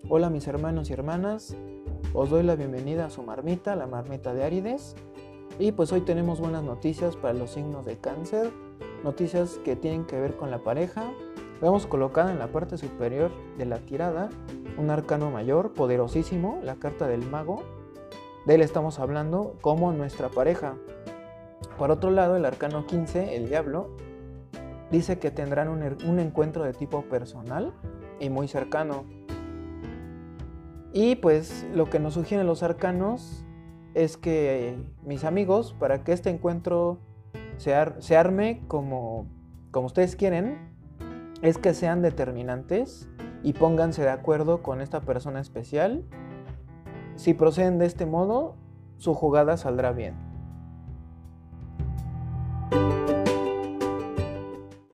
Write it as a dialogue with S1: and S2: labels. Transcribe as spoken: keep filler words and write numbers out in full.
S1: Hola mis hermanos y hermanas, os doy la bienvenida a su marmita, la marmita de Árides. Y pues hoy tenemos buenas noticias para los signos de Cáncer, noticias que tienen que ver con la pareja. Vemos colocada en la parte superior de la tirada un arcano mayor, poderosísimo, la carta del mago. De él estamos hablando como nuestra pareja. Por otro lado, el arcano quince, el diablo, dice que tendrán un, un encuentro de tipo personal y muy cercano. Y pues lo que nos sugieren los arcanos es que, eh, mis amigos, para que este encuentro se, ar- se arme como, como ustedes quieren, es que sean determinantes y pónganse de acuerdo con esta persona especial. Si proceden de este modo, su jugada saldrá bien.